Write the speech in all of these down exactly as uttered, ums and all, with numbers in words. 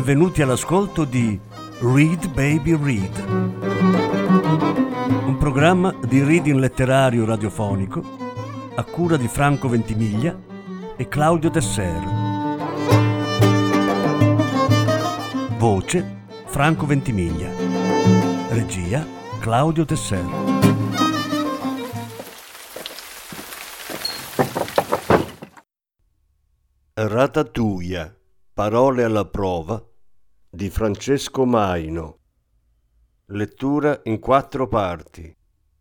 Benvenuti all'ascolto di Read Baby Read, un programma di reading letterario radiofonico a cura di Franco Ventimiglia e Claudio Tesser. Voce Franco Ventimiglia. Regia Claudio Tesser. Ratatouille, parole alla prova di Francesco Maino. Lettura in quattro parti.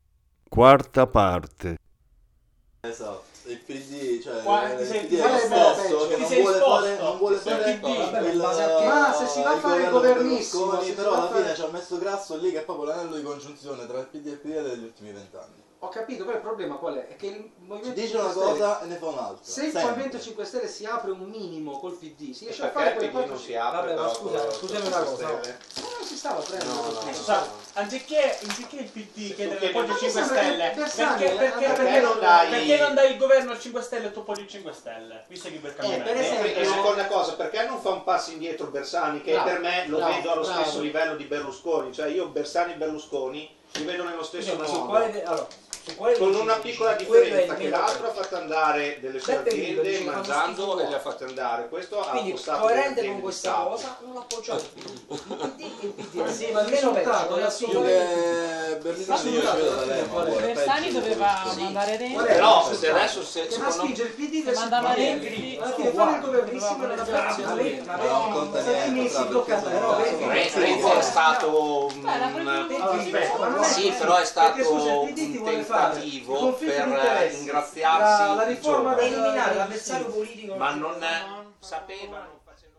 Quarta parte. Esatto, il P D, cioè Qua- il sei- P D è qual lo è stesso, Ti che non sei vuole esposto. fare, non vuole Sei fare P D. il, Ma se si va a fare il governo governissimo, Berlusconi, se si però va a alla fine fare- ci ha messo Grasso lì che è proprio l'anello di congiunzione tra il P D e il P D degli ultimi vent'anni. Ho capito, però il problema qual è? È che il Ci Movimento dice una cinque Stelle, cosa e ne fa un'altra. se il sempre. Movimento cinque Stelle si apre un minimo col P D, si riesce a Perché fare il quelle P D non quattro... si apre? Vabbè, ma però scusa, con- scusami con una le cosa, no. Stelle? Ma non si stava aprendo No, col no, P D. Scusa, anziché, anziché il P D chiedere che- l'appoggio ma ai mi cinque sembra che Stelle, Bersani- perché, perché, perché perché, non dai- perché non dai il governo al cinque Stelle e tu appoggi il cinque Stelle? Visto che per cambiare. per esempio- E seconda cosa, perché non fa un passo indietro Bersani, che Bravo, per me lo bravo, vedo allo bravo. stesso livello di Berlusconi, cioè io Bersani e Berlusconi li vedo nello stesso Ma su modo, quale, allora, su quale con dici- una piccola dici, quello è differenza, il che meno l'altro ha bello. fatto andare delle sue Beppe Grillo aziende dice che fanno mangiando schifo. e le ha fatte andare, questo ha Quindi affossato coerente delle con aziende questa di Stato. cosa non appoggiate il P D. Il P D il P D Sì, è ma il meno risultato peggio, è è assolutamente- Che Berlusconi Ma uscire scusate, da D'Alema, qual è? vuole Bersani peggio doveva Berlusconi. mandare Qual Renzi. è? Però Sì, se adesso se, Che va a secondo me spingere il P D Se verso mandava il P D. Renzi, Alla fine fare il governissimo era Bravo. una vedi, ma Ma non vedi, conta sei niente, mesi tra bloccata, perché però sono- vedi. Renzi Renzi è stato Dai, la un- prima- Allora, aspetta, ma non è sì, così, però è stato perché, scusa, il P D ti un vuole fare tentativo il conflitto per di interessi, ingraziarsi la, la i riforma giovani. del- eliminare l'avversario politico. ma non sapevano.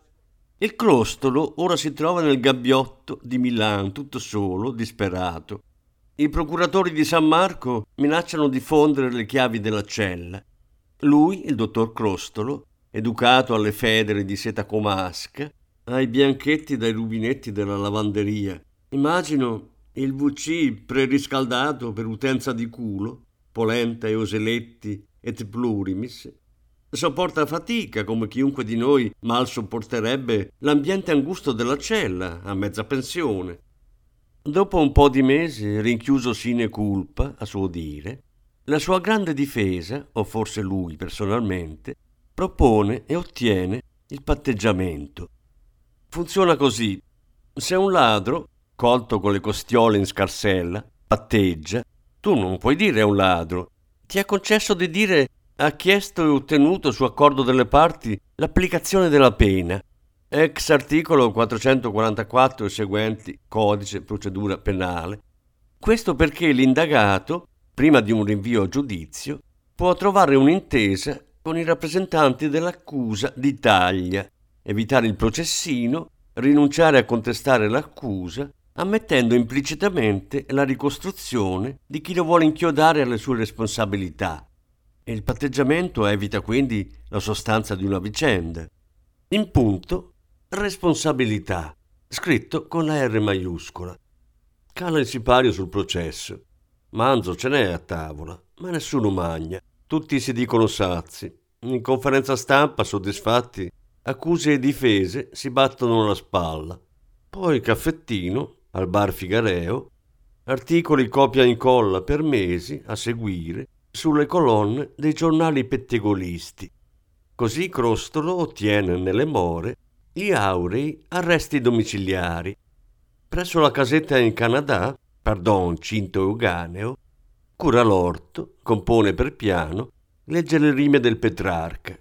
Il Crostolo ora si trova nel gabbiotto di Milano, tutto solo, disperato. I procuratori di San Marco minacciano di fondere le chiavi della cella. Lui, il dottor Crostolo, educato alle federe di seta comasca, ai bianchetti dai rubinetti della lavanderia. Immagino il vu ci preriscaldato per utenza di culo, polenta e oseletti et plurimis. Sopporta a fatica, come chiunque di noi mal sopporterebbe, l'ambiente angusto della cella, a mezza pensione. Dopo un po' di mesi, rinchiuso sine culpa, a suo dire, la sua grande difesa, o forse lui personalmente, propone e ottiene il patteggiamento. Funziona così. Se un ladro, colto con le costiole in scarsella, patteggia, tu non puoi dire è un ladro. Ti ha concesso di dire ha chiesto e ottenuto su accordo delle parti l'applicazione della pena. Ex articolo quattrocentoquarantaquattro e seguenti Codice Procedura Penale. Questo perché l'indagato, prima di un rinvio a giudizio, può trovare un'intesa con i rappresentanti dell'accusa d'Italia, evitare il processino, rinunciare a contestare l'accusa, ammettendo implicitamente la ricostruzione di chi lo vuole inchiodare alle sue responsabilità. E il patteggiamento evita quindi la sostanza di una vicenda. In punto, responsabilità, scritto con la R maiuscola. Cala il sipario sul processo. Manzo ce n'è a tavola, ma nessuno magna. Tutti si dicono sazi. In conferenza stampa, soddisfatti, accuse e difese si battono la spalla. Poi caffettino, al bar Figareo, articoli copia e incolla per mesi a seguire sulle colonne dei giornali pettegolisti. Così Crostolo ottiene nelle more gli aurei arresti domiciliari. Presso la casetta in Canada, pardon, Cinto Euganeo, cura l'orto, compone per piano, legge le rime del Petrarca.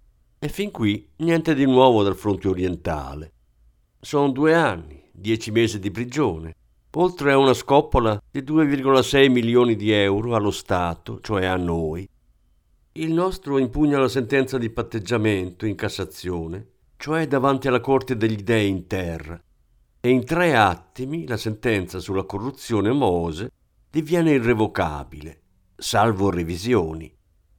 E fin qui niente di nuovo dal fronte orientale. Sono due anni, dieci mesi di prigione, oltre a una scoppola di due virgola sei milioni di euro allo Stato, cioè a noi. Il nostro impugna la sentenza di patteggiamento in Cassazione, cioè davanti alla Corte degli Dei in terra, e in tre attimi la sentenza sulla corruzione Mose diviene irrevocabile, salvo revisioni.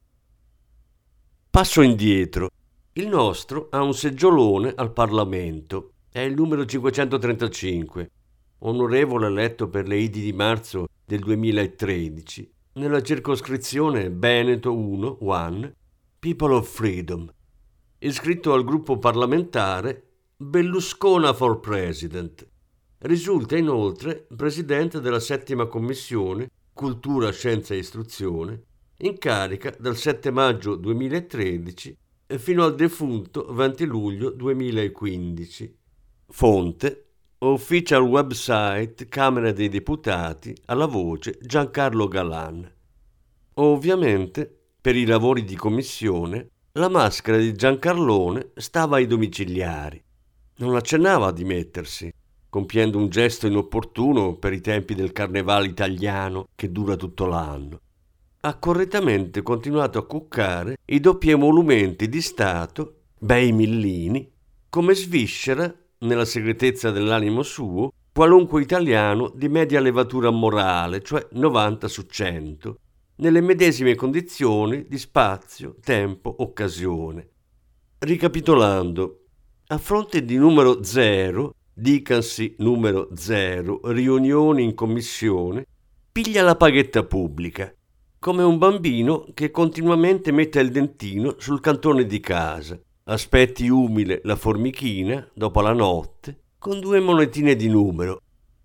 Passo indietro. Il nostro ha un seggiolone al Parlamento, è il numero cinquecentotrentacinque, onorevole eletto per le Idi di marzo del duemilatredici, nella circoscrizione Veneto uno, One, People of Freedom, iscritto al gruppo parlamentare Berluscona for President. Risulta inoltre presidente della settima commissione Cultura, Scienza e Istruzione, in carica dal sette maggio duemilatredici fino al defunto venti luglio duemilaquindici. Fonte: Official website Camera dei Deputati, alla voce Giancarlo Galan. Ovviamente, per i lavori di commissione, la maschera di Giancarlone stava ai domiciliari. Non accennava a dimettersi, compiendo un gesto inopportuno per i tempi del carnevale italiano che dura tutto l'anno. Ha correttamente continuato a cuccare i doppi emolumenti di Stato, bei millini, come sviscera, nella segretezza dell'animo suo, qualunque italiano di media levatura morale, cioè novanta su cento, nelle medesime condizioni di spazio, tempo, occasione. Ricapitolando, a fronte di numero zero, dicansi numero zero, riunioni in commissione, piglia la paghetta pubblica, come un bambino che continuamente mette il dentino sul cantone di casa, aspetti umile la formichina dopo la notte con due monetine di numero.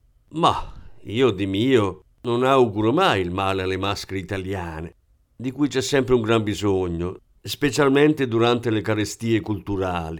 Ma io di mio non auguro mai il male alle maschere italiane, di cui c'è sempre un gran bisogno, specialmente durante le carestie culturali.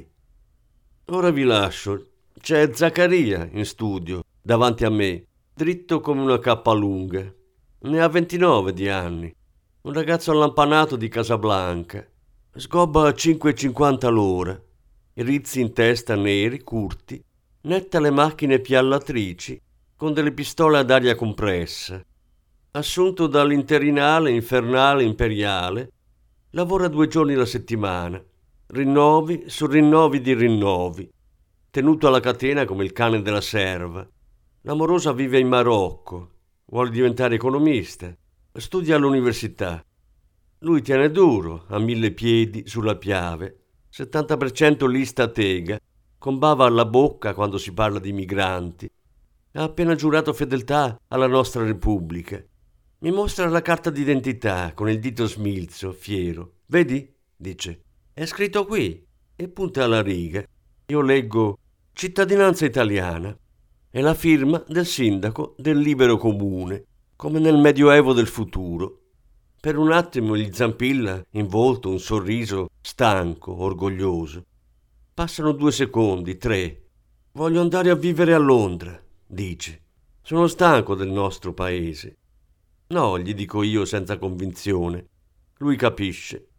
Ora vi lascio. C'è Zaccaria in studio, davanti a me, dritto come una cappa lunga. Ne ha ventinove di anni. Un ragazzo allampanato di Casablanca. Sgobba a cinque e cinquanta l'ora. Rizzi in testa neri, curti. Netta le macchine piallatrici, con delle pistole ad aria compressa. Assunto dall'interinale infernale imperiale, lavora due giorni alla settimana. Rinnovi su rinnovi di rinnovi. Tenuto alla catena come il cane della serva. L'amorosa vive in Marocco. Vuole diventare economista. Studia all'università. Lui tiene duro, a mille piedi, sulla piave. settanta per cento lista tega, con bava alla bocca quando si parla di migranti. Ha appena giurato fedeltà alla nostra Repubblica. Mi mostra la carta d'identità con il dito smilzo, fiero. Vedi? Dice. È scritto qui. E punta alla riga. Io leggo cittadinanza italiana. È la firma del sindaco del libero comune, come nel Medioevo del futuro. Per un attimo gli zampilla in volto un sorriso stanco, orgoglioso. Passano due secondi, tre. Voglio andare a vivere a Londra, dice. Sono stanco del nostro paese. No, gli dico io senza convinzione. Lui capisce.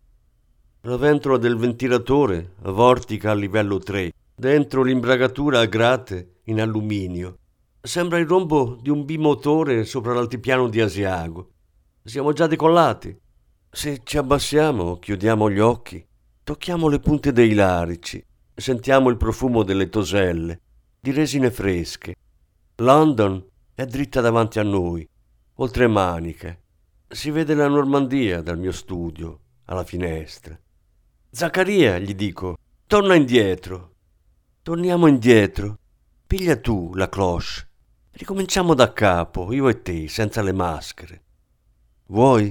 La ventola del ventilatore vortica a livello tre, dentro l'imbragatura a grate in alluminio. Sembra il rombo di un bimotore sopra l'altipiano di Asiago. Siamo già decollati. Se ci abbassiamo, chiudiamo gli occhi, tocchiamo le punte dei larici, sentiamo il profumo delle toselle, di resine fresche. London è dritta davanti a noi, oltre Manica. Si vede la Normandia dal mio studio, alla finestra. Zaccaria, gli dico, torna indietro. Torniamo indietro. Piglia tu la cloche. Ricominciamo da capo, io e te, senza le maschere. Vuoi?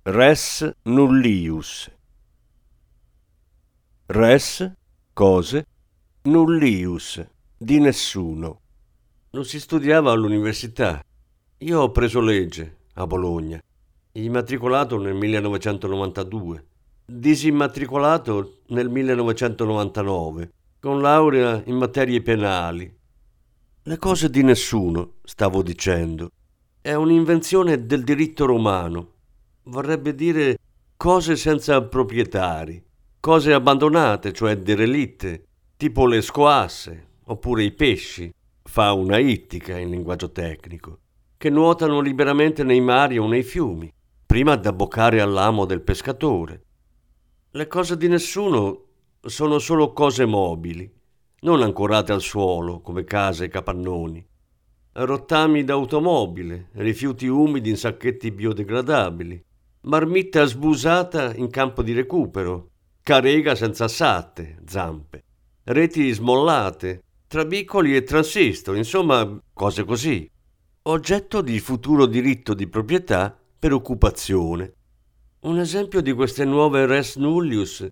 Res nullius. Res, cose, nullius, di nessuno. Non si studiava all'università. Io ho preso legge a Bologna, immatricolato nel millenovecentonovantadue, disimmatricolato nel millenovecentonovantanove, con laurea in materie penali. Le cose di nessuno, stavo dicendo, è un'invenzione del diritto romano. Vorrebbe dire cose senza proprietari, cose abbandonate, cioè derelitte, tipo le scoasse, oppure i pesci, fauna ittica in linguaggio tecnico, che nuotano liberamente nei mari o nei fiumi, prima d'abboccare all'amo del pescatore. Le cose di nessuno sono solo cose mobili, non ancorate al suolo come case e capannoni. Rottami d'automobile, rifiuti umidi in sacchetti biodegradabili, marmitta sbusata in campo di recupero, carega senza satte, zampe, reti smollate, trabicoli e transistor, insomma cose così. Oggetto di futuro diritto di proprietà per occupazione. Un esempio di queste nuove res nullius,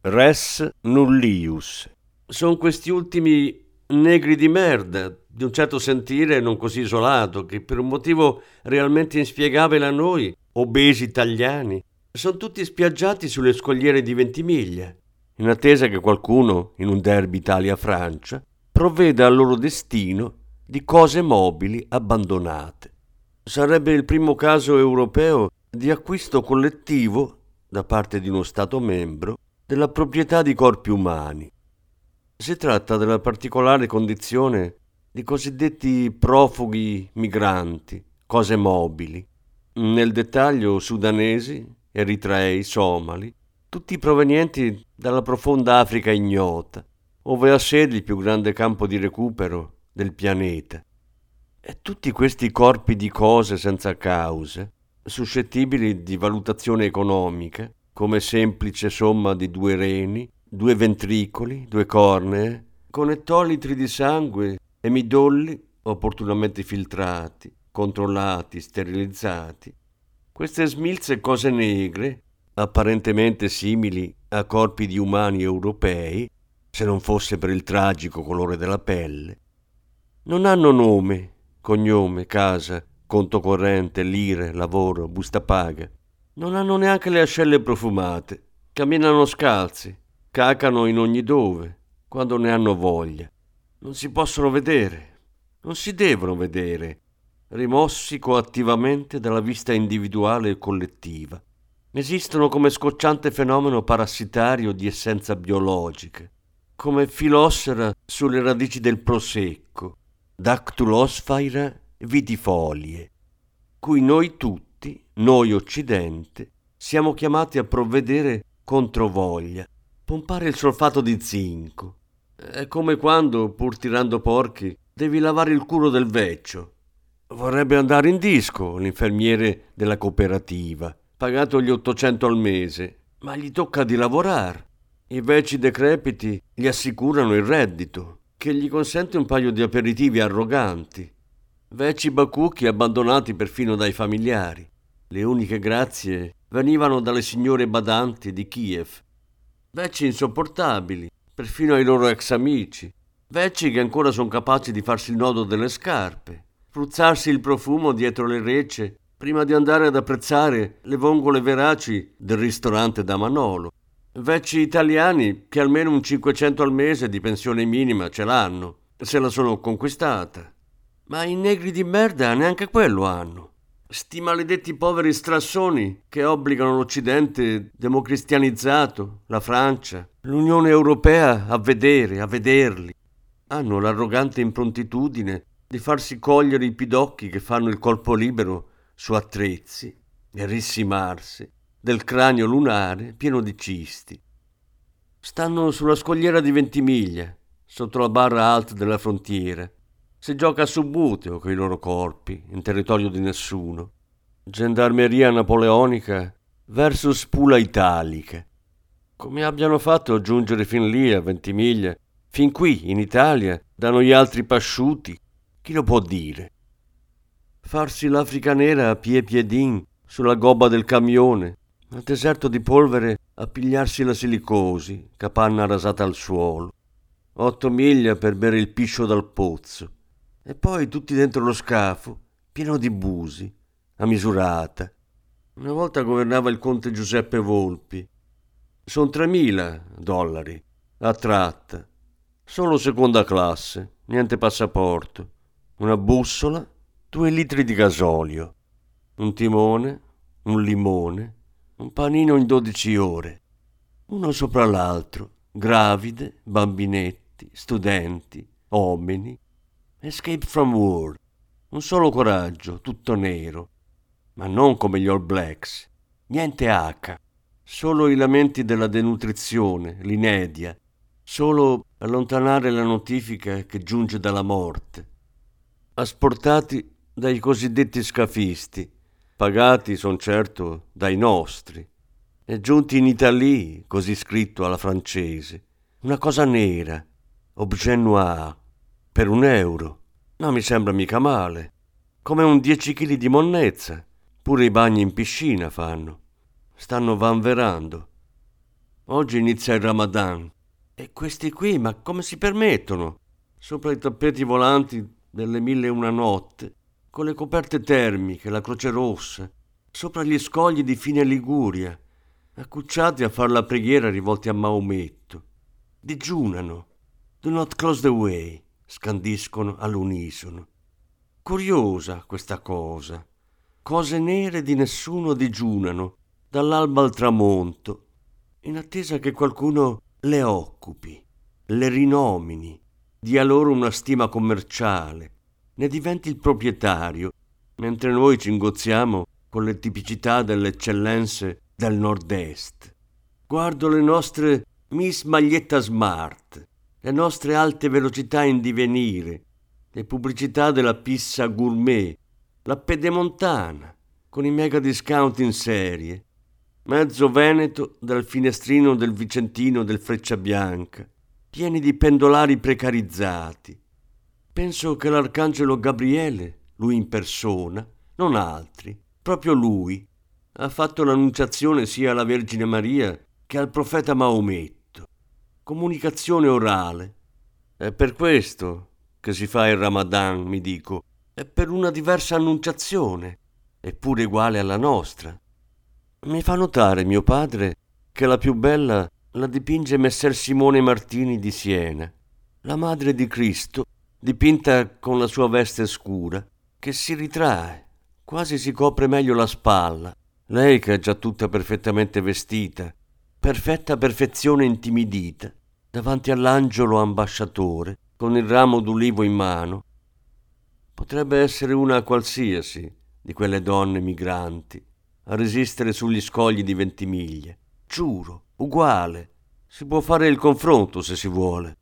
res nullius, sono questi ultimi negri di merda, di un certo sentire non così isolato, che per un motivo realmente inspiegabile a noi, obesi italiani, sono tutti spiaggiati sulle scogliere di Ventimiglia, in attesa che qualcuno, in un derby Italia-Francia, provveda al loro destino di cose mobili abbandonate. Sarebbe il primo caso europeo di acquisto collettivo, da parte di uno Stato membro, della proprietà di corpi umani. Si tratta della particolare condizione di cosiddetti profughi migranti, cose mobili, nel dettaglio sudanesi, eritrei, somali, tutti provenienti dalla profonda Africa ignota, ove ha sede il più grande campo di recupero del pianeta. E tutti questi corpi di cose senza cause, suscettibili di valutazione economica, come semplice somma di due reni, due ventricoli, due cornee, con ettolitri di sangue e midolli opportunamente filtrati, controllati, sterilizzati. Queste smilze cose negre, apparentemente simili a corpi di umani europei, se non fosse per il tragico colore della pelle, non hanno nome, cognome, casa, conto corrente, lire, lavoro, busta paga. Non hanno neanche le ascelle profumate, camminano scalzi, cacano in ogni dove, quando ne hanno voglia. Non si possono vedere, non si devono vedere, rimossi coattivamente dalla vista individuale e collettiva. Esistono come scocciante fenomeno parassitario di essenza biologica, come filossera sulle radici del prosecco, Dactylosphera vitifolie, cui noi tutti, noi Occidente, siamo chiamati a provvedere controvoglia, pompare il solfato di zinco. È come quando, pur tirando porchi, devi lavare il culo del vecchio. Vorrebbe andare in disco l'infermiere della cooperativa, pagato gli ottocento al mese, ma gli tocca di lavorare. I vecchi decrepiti gli assicurano il reddito, che gli consente un paio di aperitivi arroganti. Vecchi bacucchi abbandonati perfino dai familiari. Le uniche grazie venivano dalle signore badanti di Kiev. Vecchi insopportabili, perfino ai loro ex amici. Vecchi che ancora sono capaci di farsi il nodo delle scarpe, spruzzarsi il profumo dietro le recce prima di andare ad apprezzare le vongole veraci del ristorante da Manolo. Vecchi italiani che almeno un cinquecento al mese di pensione minima ce l'hanno, se la sono conquistata. Ma i negri di merda neanche quello hanno. Sti maledetti poveri strassoni che obbligano l'Occidente democristianizzato, la Francia, l'Unione Europea a vedere, a vederli. Hanno l'arrogante improntitudine di farsi cogliere i pidocchi che fanno il colpo libero su attrezzi e rissimarsi del cranio lunare pieno di cisti. Stanno sulla scogliera di Ventimiglia, sotto la barra alta della frontiera. Si gioca a subbuteo coi loro corpi, in territorio di nessuno. Gendarmeria napoleonica versus Pula italica. Come abbiano fatto a giungere fin lì, a Ventimiglia, fin qui, in Italia, da noi altri pasciuti, chi lo può dire? Farsi l'Africa nera a pie piedin sulla gobba del camione, Nel deserto di polvere a pigliarsi la silicosi, capanna rasata al suolo. Otto miglia per bere il piscio dal pozzo. E poi tutti dentro lo scafo, pieno di busi, a misurata. Una volta governava il conte Giuseppe Volpi. Sono tremila dollari, a tratta. Solo seconda classe, niente passaporto. Una bussola, due litri di gasolio. Un timone, un limone, un panino in dodici ore. Uno sopra l'altro, gravide, bambinetti, studenti, uomini. Escape from war. Un solo coraggio, tutto nero. Ma non come gli All Blacks. Niente H. Solo i lamenti della denutrizione, l'inedia. Solo allontanare la notifica che giunge dalla morte. Asportati dai cosiddetti scafisti, pagati, son certo, dai nostri, e giunti in Italia, così scritto alla francese, una cosa nera, objet noir, per un euro. Non mi sembra mica male, come un dieci chili di monnezza, pure i bagni in piscina fanno, stanno vanverando. Oggi inizia il Ramadan, e questi qui, ma come si permettono? Sopra i tappeti volanti delle mille e una notte, con le coperte termiche, la Croce Rossa, sopra gli scogli di fine Liguria, accucciati a far la preghiera rivolti a Maometto. Digiunano. Do not close the way, scandiscono all'unisono. Curiosa questa cosa. Cose nere di nessuno digiunano, dall'alba al tramonto, in attesa che qualcuno le occupi, le rinomini, dia loro una stima commerciale, ne diventi il proprietario, mentre noi ci ingozziamo con le tipicità delle eccellenze del nord-est. Guardo le nostre Miss Maglietta Smart, le nostre alte velocità in divenire, le pubblicità della pizza gourmet, la pedemontana, con i mega discount in serie, mezzo Veneto dal finestrino del Vicentino del Frecciabianca, pieni di pendolari precarizzati. Penso che l'arcangelo Gabriele, lui in persona, non altri, proprio lui, ha fatto l'annunciazione sia alla Vergine Maria che al profeta Maometto. Comunicazione orale. È per questo che si fa il Ramadan, mi dico, è per una diversa annunciazione, eppure uguale alla nostra. Mi fa notare mio padre che la più bella la dipinge Messer Simone Martini di Siena, la Madre di Cristo, dipinta con la sua veste scura, che si ritrae, quasi si copre meglio la spalla, lei che è già tutta perfettamente vestita, perfetta perfezione intimidita, davanti all'angelo ambasciatore, con il ramo d'ulivo in mano. Potrebbe essere una qualsiasi di quelle donne migranti, a resistere sugli scogli di Ventimiglia. Giuro, uguale. Si può fare il confronto se si vuole.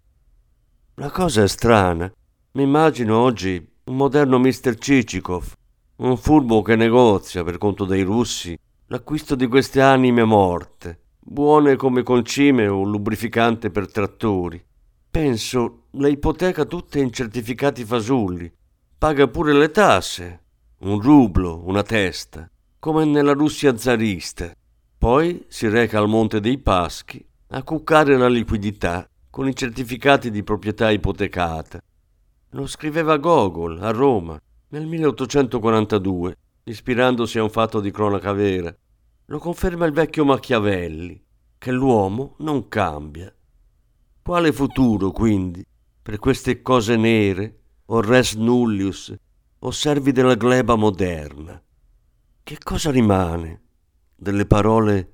La cosa è strana. Mi immagino oggi un moderno mister Cicikov, un furbo che negozia, per conto dei russi, l'acquisto di queste anime morte, buone come concime o lubrificante per trattori. Penso, le ipoteca tutte in certificati fasulli, paga pure le tasse, un rublo, una testa, come nella Russia zarista. Poi si reca al Monte dei Paschi a cuccare la liquidità con i certificati di proprietà ipotecata. Lo scriveva Gogol a Roma nel milleottocentoquarantadue, ispirandosi a un fatto di cronaca vera. Lo conferma il vecchio Machiavelli, che l'uomo non cambia. Quale futuro, quindi, per queste cose nere, o res nullius, o servi della gleba moderna? Che cosa rimane delle parole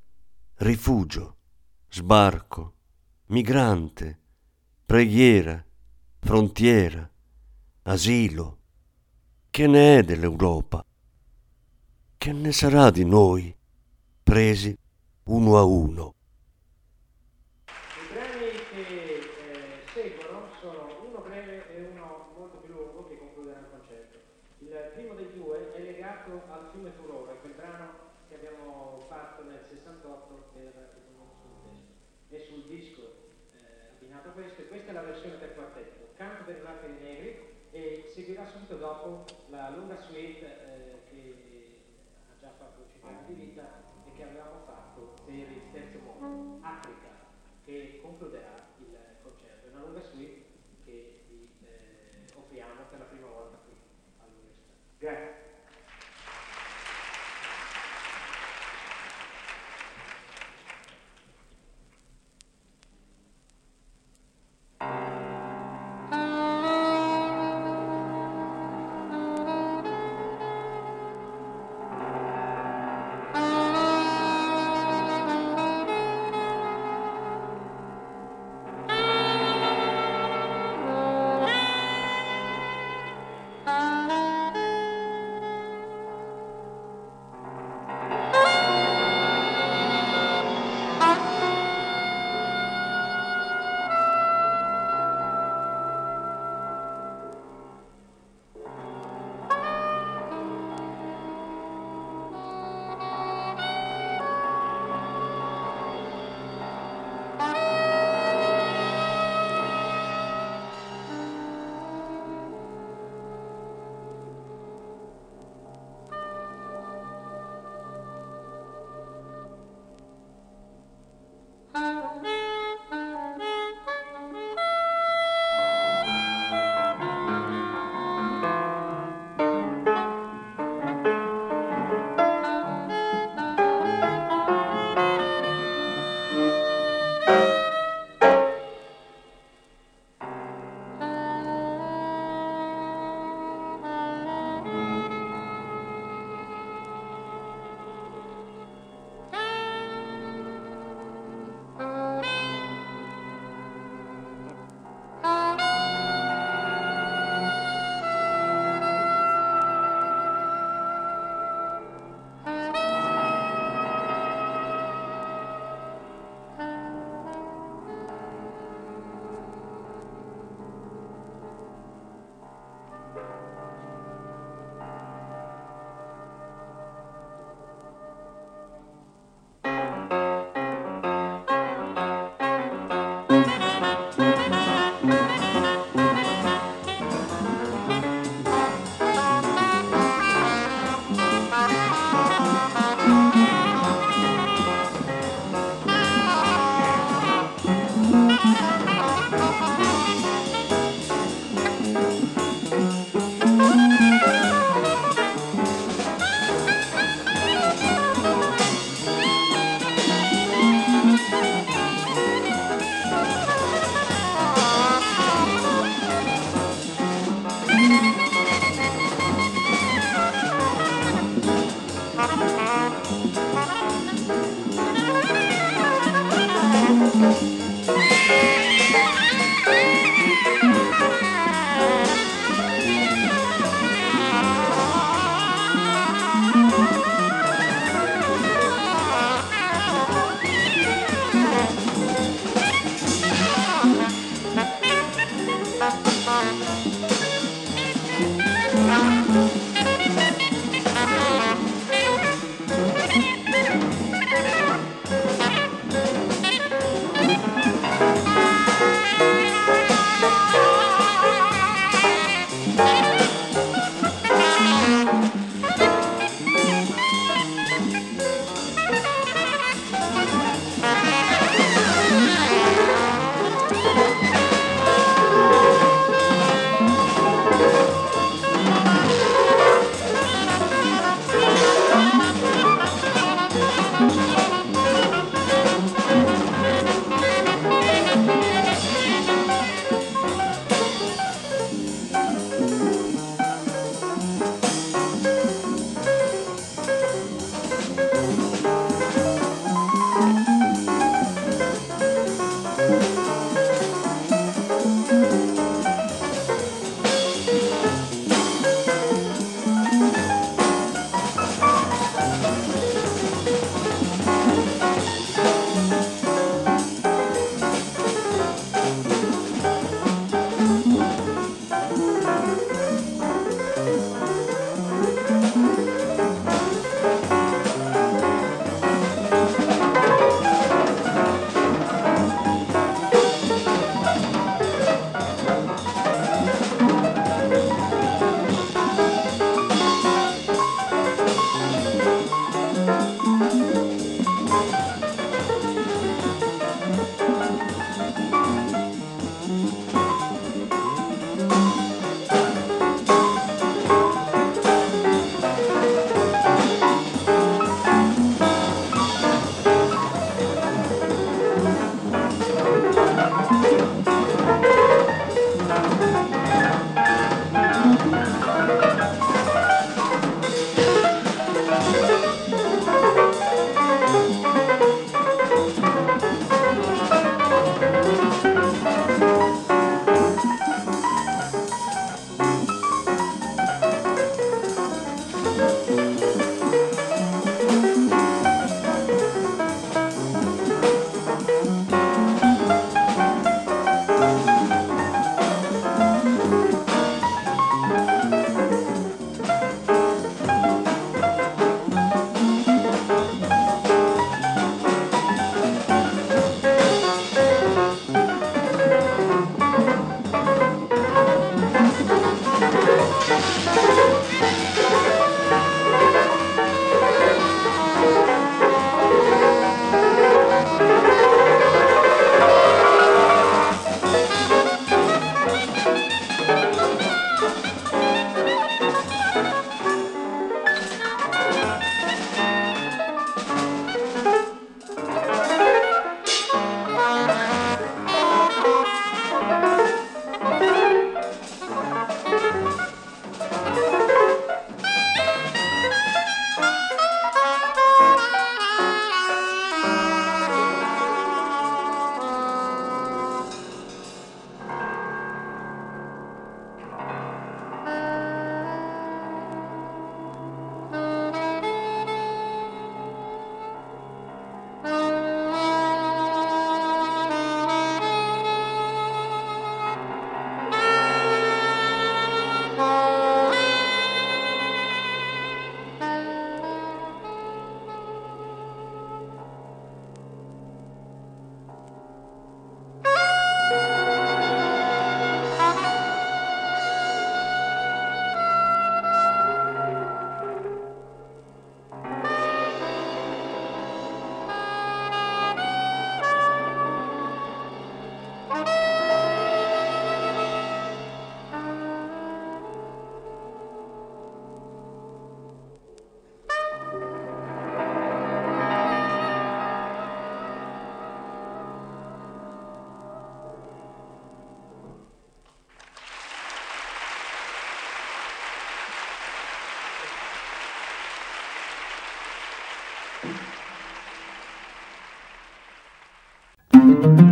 rifugio, sbarco, migrante, preghiera, frontiera, asilo? Che ne è dell'Europa? Che ne sarà di noi, presi uno a uno? I brani che eh, seguono sono uno breve e uno molto più lungo che concluderà il concerto. Il primo dei due è legato al fiume Furore, quel brano che abbiamo fatto nel sessantotto per e sul disco eh, abbinato a questo, e questa è la versione per quartetto, Canto per i Negri, e seguirà subito dopo la lunga suite eh, che ha già fatto cinque anni di vita e che che avevamo fatto per il terzo mondo, Africa, che concluderà il concerto. È una lunga suite che vi eh, offriamo per la prima volta qui all'università. Grazie.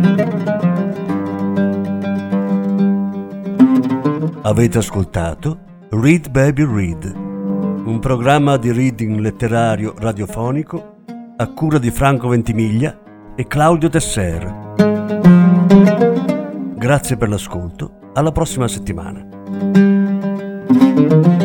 Avete ascoltato Read Baby Read, un programma di reading letterario radiofonico a cura di Franco Ventimiglia e Claudio Tesser. Grazie per l'ascolto, alla prossima settimana.